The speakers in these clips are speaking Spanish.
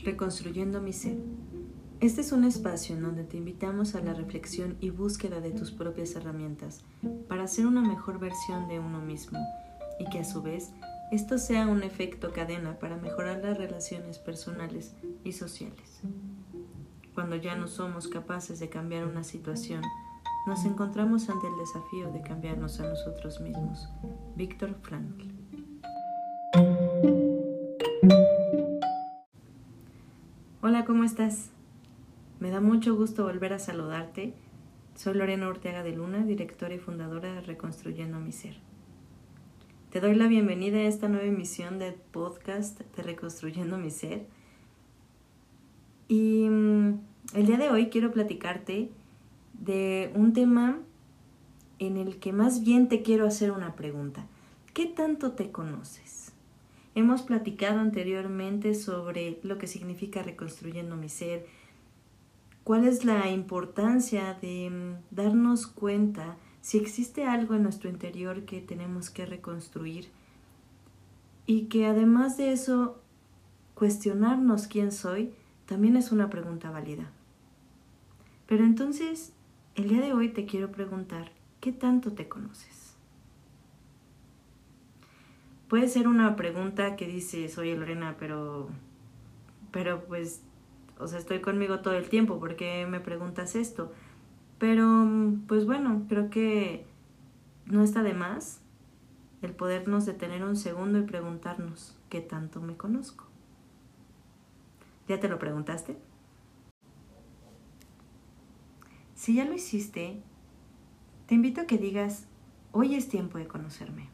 Reconstruyendo mi ser. Este es un espacio en donde te invitamos a la reflexión y búsqueda de tus propias herramientas para ser una mejor versión de uno mismo y que a su vez esto sea un efecto cadena para mejorar las relaciones personales y sociales. Cuando ya no somos capaces de cambiar una situación, nos encontramos ante el desafío de cambiarnos a nosotros mismos. Viktor Frankl. Hola, ¿cómo estás? Me da mucho gusto volver a saludarte. Soy Lorena Ortega de Luna, directora y fundadora de Reconstruyendo mi Ser. Te doy la bienvenida a esta nueva emisión del podcast de Reconstruyendo mi Ser. Y el día de hoy quiero platicarte de un tema en el que más bien te quiero hacer una pregunta. ¿Qué tanto te conoces? Hemos platicado anteriormente sobre lo que significa reconstruyendo mi ser, cuál es la importancia de darnos cuenta si existe algo en nuestro interior que tenemos que reconstruir y que además de eso, cuestionarnos quién soy también es una pregunta válida. Pero entonces, el día de hoy te quiero preguntar, ¿qué tanto te conoces? Puede ser una pregunta que dices, oye Lorena, pero pues, estoy conmigo todo el tiempo, ¿por qué me preguntas esto? Pero, pues bueno, creo que no está de más el podernos detener un segundo y preguntarnos, ¿qué tanto me conozco? ¿Ya te lo preguntaste? Si ya lo hiciste, te invito a que digas, hoy es tiempo de conocerme.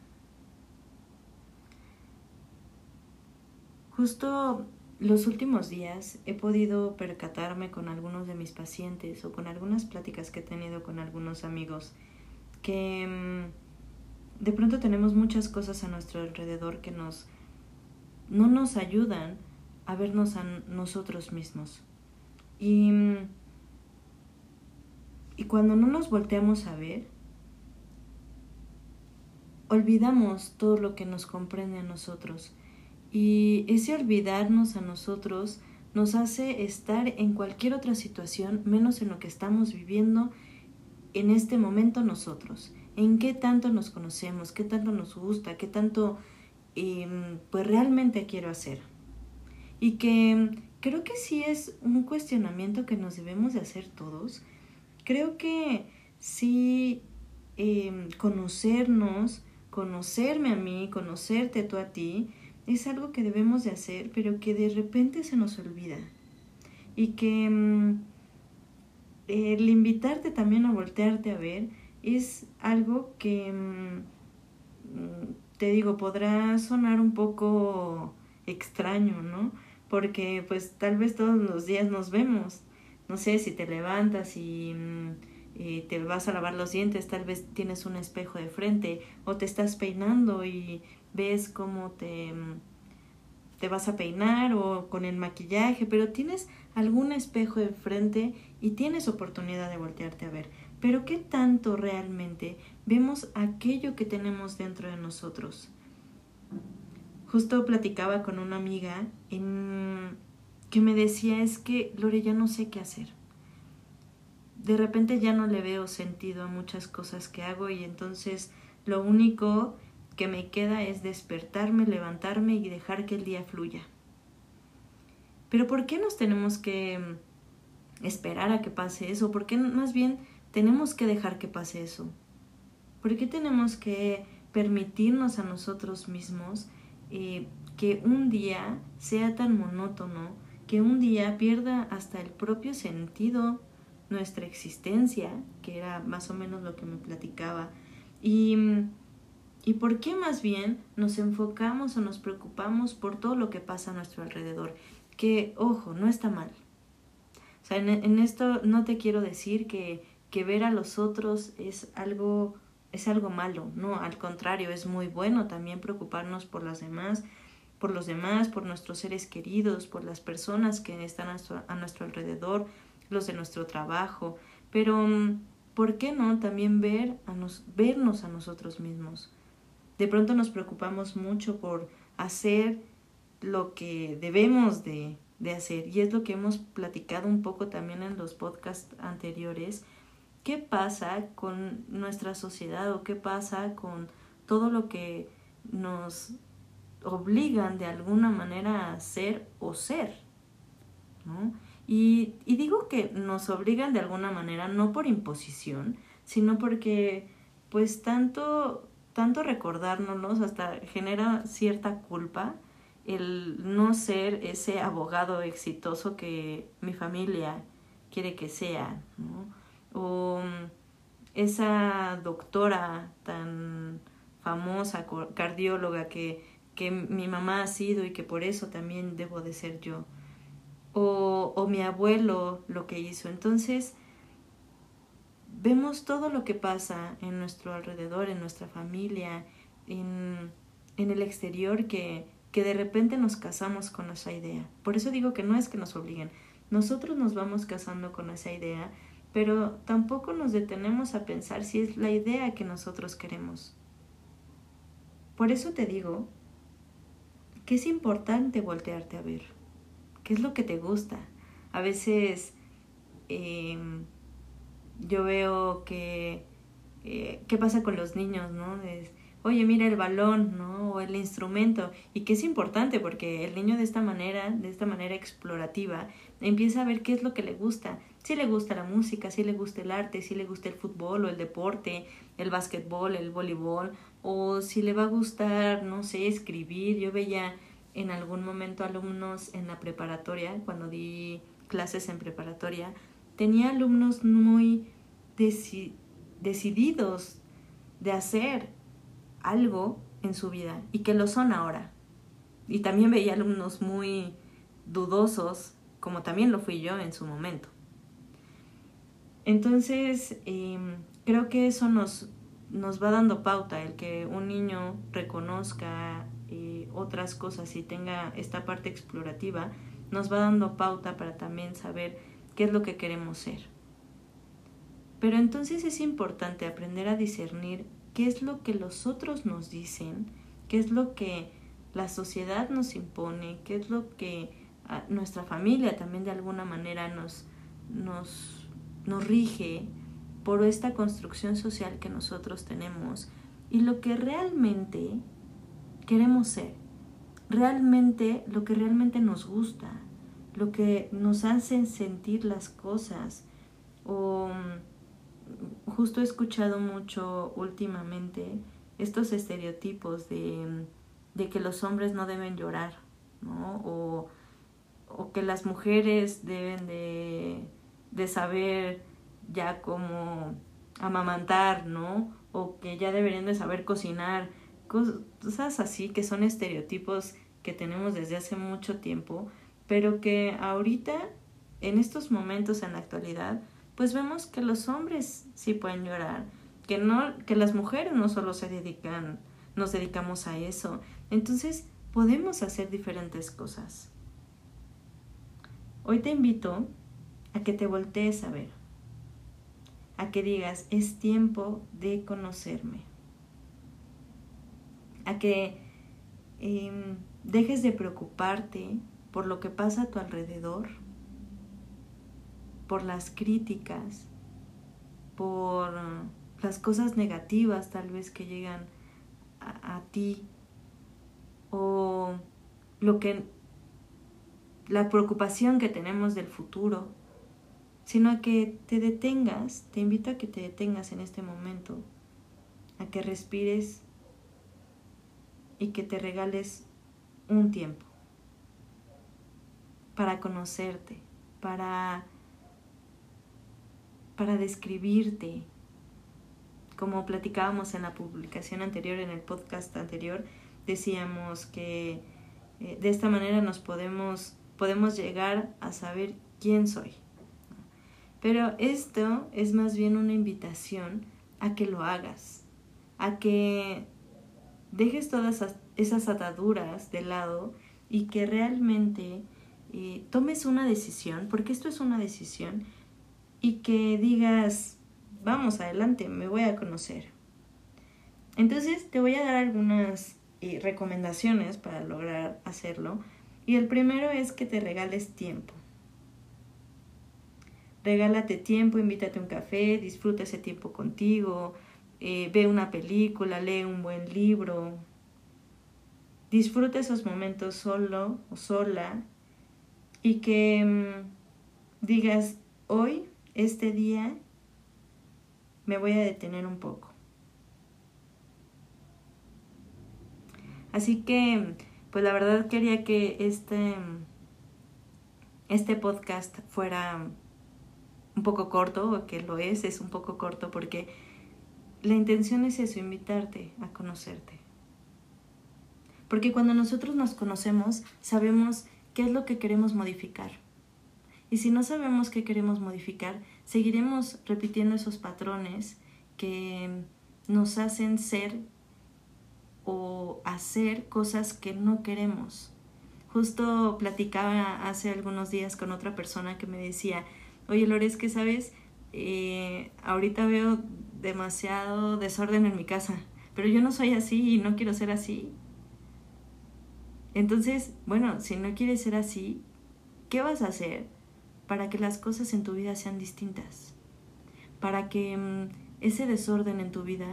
Justo los últimos días he podido percatarme con algunos de mis pacientes o con algunas pláticas que he tenido con algunos amigos que de pronto tenemos muchas cosas a nuestro alrededor que no nos ayudan a vernos a nosotros mismos. Y cuando no nos volteamos a ver, olvidamos todo lo que nos comprende a nosotros. Y ese olvidarnos a nosotros nos hace estar en cualquier otra situación menos en lo que estamos viviendo en este momento nosotros. En qué tanto nos conocemos, qué tanto nos gusta, qué tanto pues realmente quiero hacer. Y que creo que sí es un cuestionamiento que nos debemos de hacer todos. Creo que sí conocernos, conocerme a mí, conocerte tú a ti, es algo que debemos de hacer, pero que de repente se nos olvida. Y que el invitarte también a voltearte a ver es algo que, te digo, podrá sonar un poco extraño, ¿no? Porque pues tal vez todos los días nos vemos. No sé, si te levantas y te vas a lavar los dientes, tal vez tienes un espejo de frente o te estás peinando y ves cómo te vas a peinar o con el maquillaje, pero tienes algún espejo de frente y tienes oportunidad de voltearte a ver. Pero ¿qué tanto realmente vemos aquello que tenemos dentro de nosotros? Justo platicaba con una amiga que me decía, es que Lore, ya no sé qué hacer. De repente ya no le veo sentido a muchas cosas que hago y entonces lo único que me queda es despertarme, levantarme y dejar que el día fluya. Pero ¿por qué nos tenemos que esperar a que pase eso? ¿Por qué más bien tenemos que dejar que pase eso? ¿Por qué tenemos que permitirnos a nosotros mismos que un día sea tan monótono, que un día pierda hasta el propio sentido nuestra existencia, que era más o menos lo que me platicaba? ¿Y por qué más bien nos enfocamos o nos preocupamos por todo lo que pasa a nuestro alrededor? Que, ojo, no está mal. O sea, en esto no te quiero decir que ver a los otros es algo malo. No, al contrario, es muy bueno también preocuparnos por los demás, por nuestros seres queridos, por las personas que están a nuestro alrededor, los de nuestro trabajo. Pero, ¿por qué no también vernos a nosotros mismos? De pronto nos preocupamos mucho por hacer lo que debemos de de hacer. Y es lo que hemos platicado un poco también en los podcasts anteriores. ¿Qué pasa con nuestra sociedad o qué pasa con todo lo que nos obligan de alguna manera a hacer o ser, ¿no? Y digo que nos obligan de alguna manera, no por imposición, sino porque pues tanto recordárnoslos hasta genera cierta culpa el no ser ese abogado exitoso que mi familia quiere que sea, ¿no? O esa doctora tan famosa, cardióloga que mi mamá ha sido y que por eso también debo de ser yo. O mi abuelo lo que hizo. Entonces, vemos todo lo que pasa en nuestro alrededor, en nuestra familia, en el exterior, que de repente nos casamos con esa idea. Por eso digo que no es que nos obliguen. Nosotros nos vamos casando con esa idea, pero tampoco nos detenemos a pensar si es la idea que nosotros queremos. Por eso te digo que es importante voltearte a ver. ¿Qué es lo que te gusta? A veces yo veo que qué pasa con los niños, ¿no? Oye, mira el balón, ¿no? O el instrumento. Y que es importante porque el niño de esta manera explorativa, empieza a ver qué es lo que le gusta. Si le gusta la música, si le gusta el arte, si le gusta el fútbol o el deporte, el básquetbol, el voleibol, o si le va a gustar, no sé, escribir. Yo veía en algún momento alumnos en la preparatoria, cuando di clases en preparatoria, tenía alumnos muy decididos de hacer algo en su vida y que lo son ahora. Y también veía alumnos muy dudosos, como también lo fui yo en su momento. Entonces, creo que eso nos va dando pauta, el que un niño reconozca otras cosas y tenga esta parte explorativa, nos va dando pauta para también saber qué es lo que queremos ser. Pero entonces es importante aprender a discernir qué es lo que los otros nos dicen, qué es lo que la sociedad nos impone, qué es lo que nuestra familia también de alguna manera nos rige por esta construcción social que nosotros tenemos, y lo que realmente queremos ser, realmente lo que realmente nos gusta, lo que nos hacen sentir las cosas. O justo he escuchado mucho últimamente estos estereotipos de que los hombres no deben llorar, ¿no? O que las mujeres deben de saber ya cómo amamantar, ¿no? O que ya deberían de saber cocinar, cosas así que son estereotipos que tenemos desde hace mucho tiempo, pero que ahorita, en estos momentos, en la actualidad, pues vemos que los hombres sí pueden llorar, que las mujeres no solo nos dedicamos a eso. Entonces podemos hacer diferentes cosas. Hoy te invito a que te voltees a ver, a que digas, es tiempo de conocerme, a que dejes de preocuparte por lo que pasa a tu alrededor, por las críticas, por las cosas negativas tal vez que llegan a ti, o la preocupación que tenemos del futuro, sino a que te detengas. Te invito a que te detengas en este momento, a que respires y que te regales un tiempo para conocerte, para describirte. Como platicábamos en la publicación anterior, en el podcast anterior, decíamos que de esta manera podemos llegar a saber quién soy. Pero esto es más bien una invitación a que lo hagas, a que dejes todas esas ataduras de lado y que realmente tomes una decisión, porque esto es una decisión, y que digas, vamos adelante, me voy a conocer. Entonces te voy a dar algunas recomendaciones para lograr hacerlo, Y el primero es que te regales tiempo. Regálate tiempo, invítate a un café, disfruta ese tiempo contigo, ve una película, lee un buen libro. Disfruta esos momentos solo o sola y que digas, hoy, este día, me voy a detener un poco. Así que, pues la verdad quería que este podcast fuera un poco corto, o que lo es un poco corto, porque la intención es eso, invitarte a conocerte. Porque cuando nosotros nos conocemos, sabemos qué es lo que queremos modificar. Y si no sabemos qué queremos modificar, seguiremos repitiendo esos patrones que nos hacen ser o hacer cosas que no queremos. Justo platicaba hace algunos días con otra persona que me decía, oye Lore, es que sabes, ahorita veo demasiado desorden en mi casa, pero yo no soy así y no quiero ser así. Entonces, bueno, si no quieres ser así, ¿qué vas a hacer para que las cosas en tu vida sean distintas? Para que ese desorden en tu vida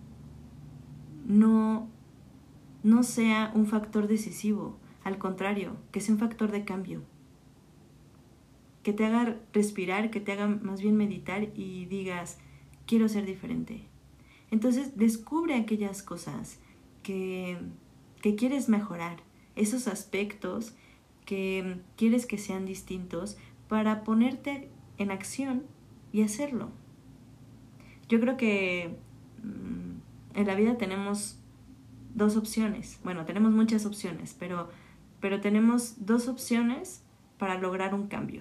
no sea un factor decisivo, al contrario, que sea un factor de cambio, que te haga respirar, que te haga más bien meditar y digas, quiero ser diferente. Entonces descubre aquellas cosas que quieres mejorar, esos aspectos que quieres que sean distintos para ponerte en acción y hacerlo. Yo creo que en la vida tenemos dos opciones. Bueno, tenemos muchas opciones, pero tenemos dos opciones para lograr un cambio.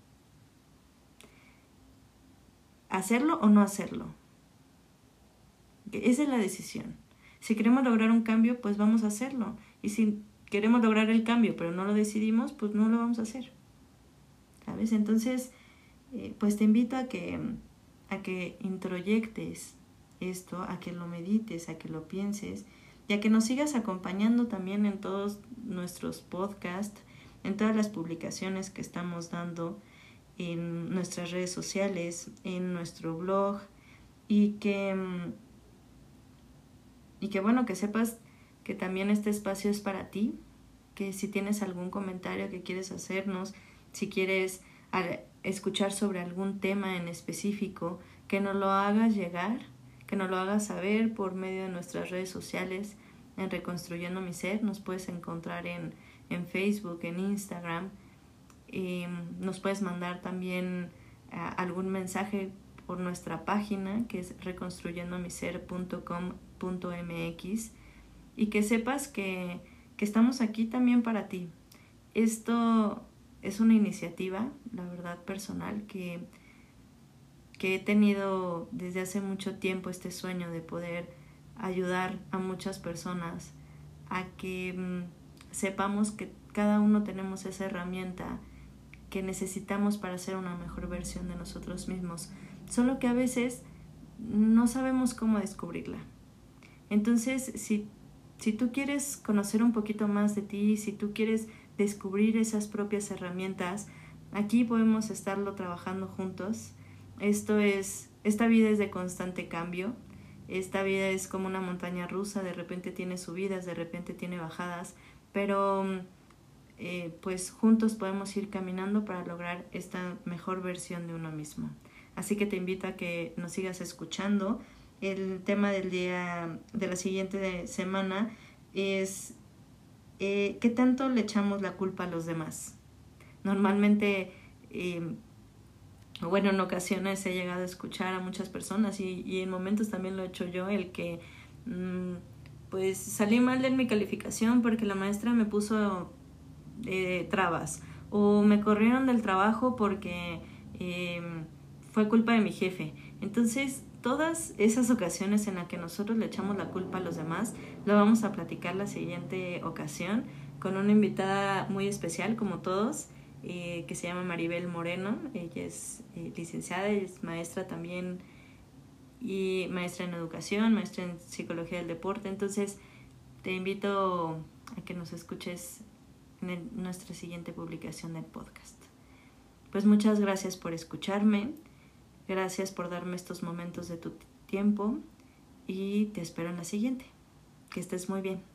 Hacerlo o no hacerlo. Esa es la decisión. Si queremos lograr un cambio, pues vamos a hacerlo. Y si queremos lograr el cambio, pero no lo decidimos, pues no lo vamos a hacer. ¿Sabes? Entonces, pues te invito a que introyectes esto, a que lo medites, a que lo pienses, y a que nos sigas acompañando también en todos nuestros podcasts, en todas las publicaciones que estamos dando en nuestras redes sociales, en nuestro blog, y que bueno, que sepas que también este espacio es para ti, que si tienes algún comentario que quieres hacernos, si quieres escuchar sobre algún tema en específico, que nos lo hagas llegar, que nos lo hagas saber por medio de nuestras redes sociales en Reconstruyendo Mi Ser. Nos puedes encontrar en Facebook, en Instagram. Nos puedes mandar también algún mensaje por nuestra página, que es reconstruyendomiser.com.mx, y que sepas que estamos aquí también para ti. Esto es una iniciativa, la verdad, personal, que he tenido desde hace mucho tiempo, este sueño de poder ayudar a muchas personas a que sepamos que cada uno tenemos esa herramienta que necesitamos para ser una mejor versión de nosotros mismos, solo que a veces no sabemos cómo descubrirla. Entonces, si tú quieres conocer un poquito más de ti, si tú quieres descubrir esas propias herramientas, aquí podemos estarlo trabajando juntos. Esta vida es de constante cambio. Esta vida es como una montaña rusa, de repente tiene subidas, de repente tiene bajadas, pero pues juntos podemos ir caminando para lograr esta mejor versión de uno mismo. Así que te invito a que nos sigas escuchando. El tema del día de la siguiente semana es ¿qué tanto le echamos la culpa a los demás? Normalmente, bueno, en ocasiones he llegado a escuchar a muchas personas y en momentos también lo he hecho yo, el que pues salí mal en mi calificación porque la maestra me puso trabas, o me corrieron del trabajo porque fue culpa de mi jefe. Entonces, todas esas ocasiones en las que nosotros le echamos la culpa a los demás, lo vamos a platicar la siguiente ocasión con una invitada muy especial, como todos, que se llama Maribel Moreno. Ella es licenciada, es maestra también, y maestra en educación, maestra en psicología del deporte. Entonces, te invito a que nos escuches nuestra siguiente publicación del podcast. Pues muchas gracias por escucharme, gracias por darme estos momentos de tu tiempo y te espero en la siguiente. Que estés muy bien.